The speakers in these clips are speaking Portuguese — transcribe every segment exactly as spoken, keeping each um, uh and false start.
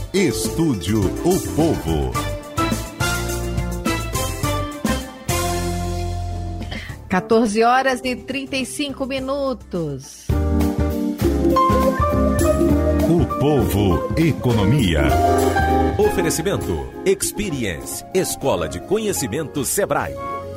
Estúdio O Povo. quatorze horas e trinta e cinco minutos. O Povo Economia. Oferecimento Experience, Escola de Conhecimento Sebrae.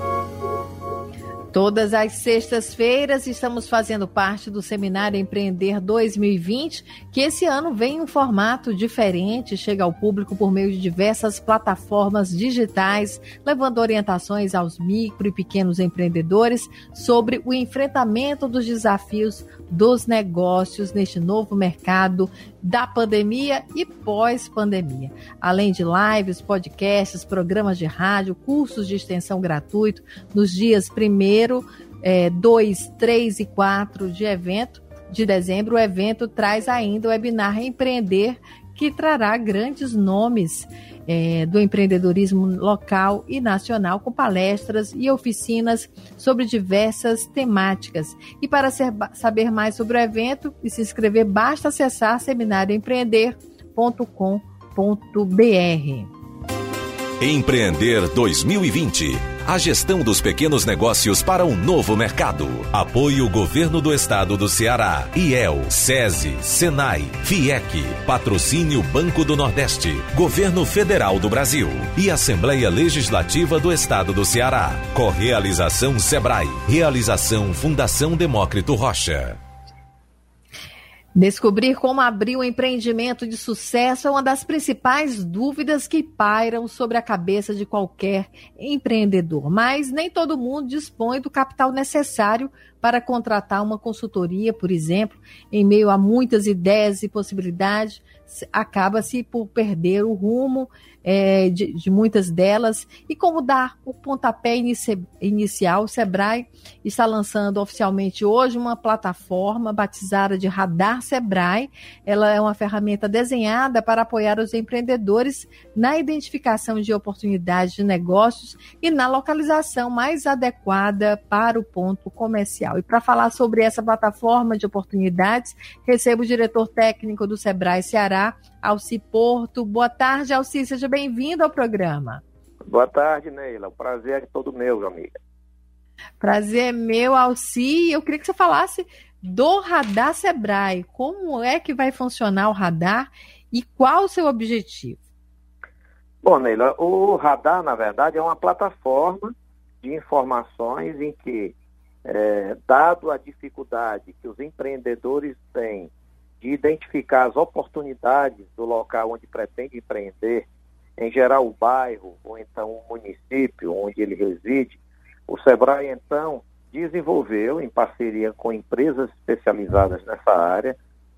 Todas as sextas-feiras estamos fazendo parte do Seminário Empreender dois mil e vinte, que esse ano vem em um formato diferente, chega ao público por meio de diversas plataformas digitais, levando orientações aos micro e pequenos empreendedores sobre o enfrentamento dos desafios dos negócios neste novo mercado da pandemia e pós-pandemia. Além de lives, podcasts, programas de rádio, cursos de extensão gratuito, nos dias primeiro, dois, três e quatro de evento de dezembro, o evento traz ainda o webinar Empreender, que trará grandes nomes é, do empreendedorismo local e nacional, com palestras e oficinas sobre diversas temáticas. E para ser, saber mais sobre o evento e se inscrever, basta acessar seminário empreender ponto com ponto b r. Empreender dois mil e vinte. A gestão dos pequenos negócios para um novo mercado. Apoio Governo do Estado do Ceará, I E L, SESI, SENAI, FIEC, Patrocínio Banco do Nordeste, Governo Federal do Brasil e Assembleia Legislativa do Estado do Ceará. Correalização Sebrae. Realização Fundação Demócrito Rocha. Descobrir como abrir um empreendimento de sucesso é uma das principais dúvidas que pairam sobre a cabeça de qualquer empreendedor. Mas nem todo mundo dispõe do capital necessário para contratar uma consultoria, por exemplo. Em meio a muitas ideias e possibilidades, acaba-se por perder o rumo é, de, de muitas delas. E como dar o pontapé inici- inicial, o Sebrae está lançando oficialmente hoje uma plataforma batizada de Radar Sebrae. Ela é uma ferramenta desenhada para apoiar os empreendedores na identificação de oportunidades de negócios e na localização mais adequada para o ponto comercial. E para falar sobre essa plataforma de oportunidades, recebo o diretor técnico do Sebrae Ceará, Alci Porto. Boa tarde, Alci, seja bem-vindo ao programa. Boa tarde, Neila. O prazer é todo meu, meu amigo. Prazer é meu, Alci. Eu queria que você falasse do Radar Sebrae. Como é que vai funcionar o radar e qual o seu objetivo? Bom, Neila, o Radar, na verdade, é uma plataforma de informações em que, é, dado a dificuldade que os empreendedores têm de identificar as oportunidades do local onde pretende empreender, em geral o bairro ou então o município onde ele reside, o Sebrae, então, desenvolveu, em parceria com empresas especializadas nessa área,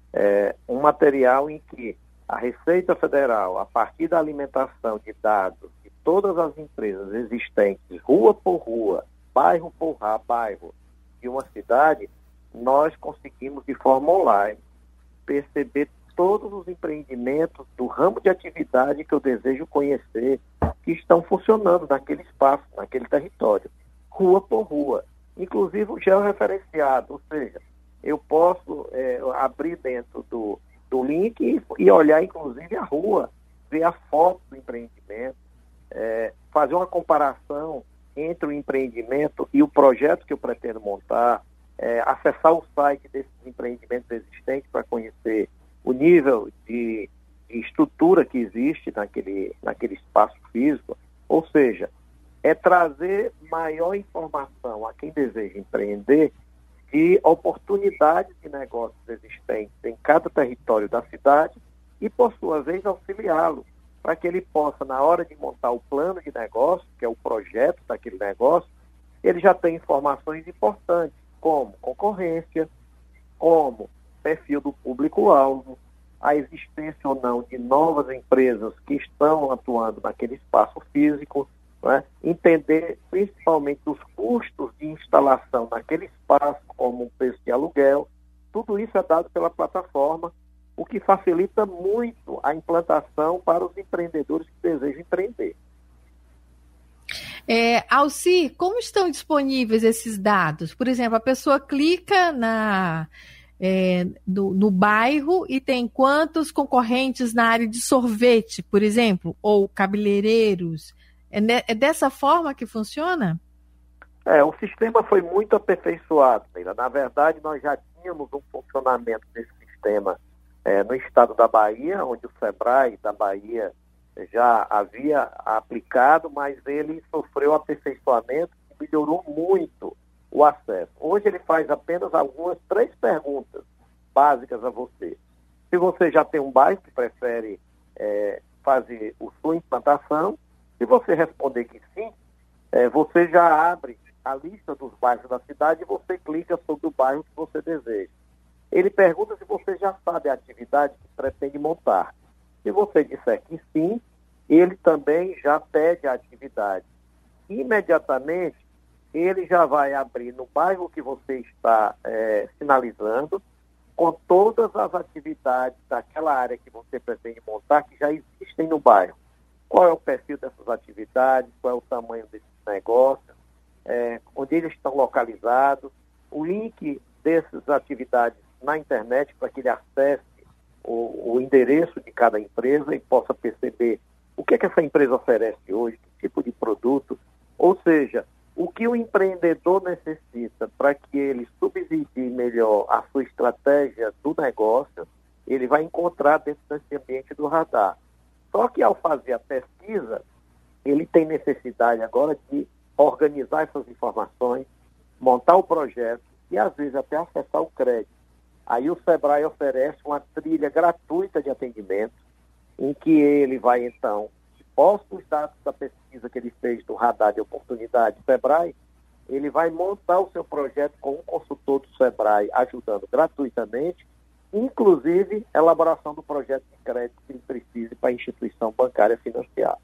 é, um material em que a Receita Federal, a partir da alimentação de dados de todas as empresas existentes, rua por rua, bairro por bairro de uma cidade, nós conseguimos, de forma online, perceber todos os empreendimentos do ramo de atividade que eu desejo conhecer, que estão funcionando naquele espaço, naquele território, rua por rua, inclusive o georreferenciado, ou seja, eu posso é, abrir dentro do, do link e, e olhar, inclusive, a rua, ver a foto do empreendimento, é, fazer uma comparação entre o empreendimento e o projeto que eu pretendo montar, é, acessar o site desses empreendimentos existentes para conhecer o nível de, de estrutura que existe naquele, naquele espaço físico, ou seja, é trazer maior informação a quem deseja empreender de oportunidades de negócios existentes em cada território da cidade e, por sua vez, auxiliá-lo para que ele possa, na hora de montar o plano de negócio, que é o projeto daquele negócio, ele já tem informações importantes, como concorrência, como perfil do público-alvo, a existência ou não de novas empresas que estão atuando naquele espaço físico, né? Entender principalmente os custos de instalação naquele espaço, como o preço de aluguel. Tudo isso é dado pela plataforma, o que facilita muito a implantação para os empreendedores que desejam empreender. É, Alci, como estão disponíveis esses dados? Por exemplo, a pessoa clica na, é, no, no bairro e tem quantos concorrentes na área de sorvete, por exemplo, ou cabeleireiros. É, ne, é dessa forma que funciona? É, o sistema foi muito aperfeiçoado, Neila. Na verdade, nós já tínhamos um funcionamento desse sistema é, no estado da Bahia, onde o SEBRAE da Bahia já havia aplicado, mas ele sofreu aperfeiçoamento e melhorou muito o acesso. Hoje ele faz apenas algumas três perguntas básicas a você. Se você já tem um bairro que prefere é, fazer a sua implantação, se você responder que sim, é, você já abre a lista dos bairros da cidade e você clica sobre o bairro que você deseja. Ele pergunta se você já sabe a atividade que pretende montar. Se você disser que sim, ele também já pede a atividade. Imediatamente, ele já vai abrir no bairro que você está é, sinalizando, com todas as atividades daquela área que você pretende montar, que já existem no bairro. Qual é o perfil dessas atividades, qual é o tamanho desses negócios, é, onde eles estão localizados, o link dessas atividades na internet para que ele acesse o, o endereço de cada empresa e possa perceber o que é que essa empresa oferece hoje, que tipo de produto, ou seja, o que o empreendedor necessita para que ele subsidie melhor a sua estratégia do negócio, ele vai encontrar dentro desse ambiente do radar. Só que ao fazer a pesquisa, ele tem necessidade agora de organizar essas informações, montar o projeto e às vezes até acessar o crédito. Aí o SEBRAE oferece uma trilha gratuita de atendimento, em que ele vai então, posto os dados da pesquisa que ele fez do radar de oportunidade do SEBRAE, ele vai montar o seu projeto com um consultor do SEBRAE, ajudando gratuitamente, inclusive a elaboração do projeto de crédito que ele precise para a instituição bancária financiar.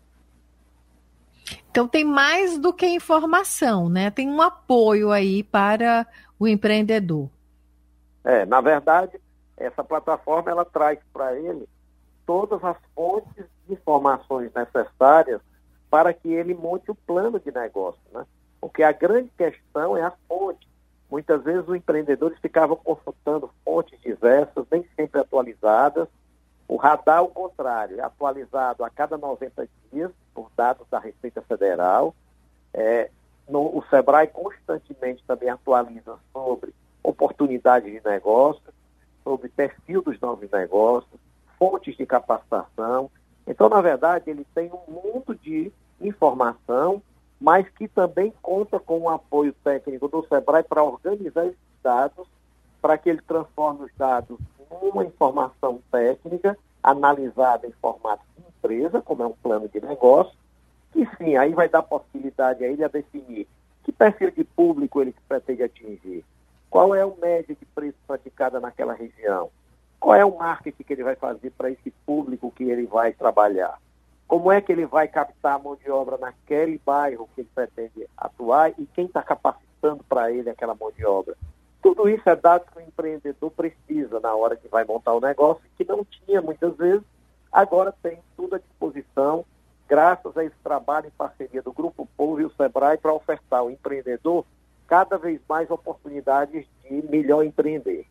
Então tem mais do que informação, né? Tem um apoio aí para o empreendedor. É, na verdade, essa plataforma ela traz para ele todas as fontes de informações necessárias para que ele monte o plano de negócio, né? Porque a grande questão é a fonte. Muitas vezes os empreendedores ficavam consultando fontes diversas, nem sempre atualizadas. O radar, ao contrário, é atualizado a cada noventa dias por dados da Receita Federal. É, no, o SEBRAE constantemente também atualiza sobre oportunidades de negócio, sobre perfil dos novos negócios, fontes de capacitação. Então, na verdade, ele tem um mundo de informação, mas que também conta com o apoio técnico do SEBRAE para organizar esses dados, para que ele transforme os dados numa informação técnica, analisada em formato de empresa, como é um plano de negócio, que sim, aí vai dar possibilidade a ele a definir que perfil de público ele pretende atingir, qual é o médio de preço praticado naquela região, qual é o marketing que ele vai fazer para esse público que ele vai trabalhar, como é que ele vai captar a mão de obra naquele bairro que ele pretende atuar e quem está capacitando para ele aquela mão de obra. Tudo isso é dados que o empreendedor precisa na hora que vai montar o negócio, que não tinha muitas vezes, agora tem tudo à disposição, graças a esse trabalho em parceria do Grupo Povo e o SEBRAE para ofertar ao empreendedor cada vez mais oportunidades de melhor empreender.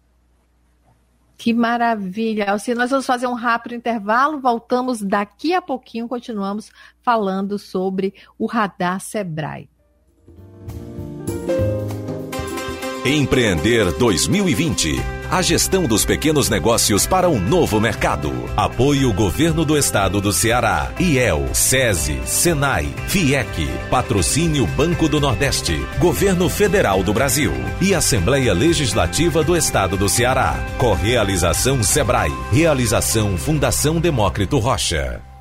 Que maravilha, Alcir. Nós vamos fazer um rápido intervalo, voltamos daqui a pouquinho, continuamos falando sobre o radar SEBRAE. Empreender dois mil e vinte. A gestão dos pequenos negócios para um novo mercado. Apoio Governo do Estado do Ceará, I E L, SESI, SENAI, FIEC, Patrocínio Banco do Nordeste, Governo Federal do Brasil e Assembleia Legislativa do Estado do Ceará. Correalização SEBRAE. Realização Fundação Demócrito Rocha.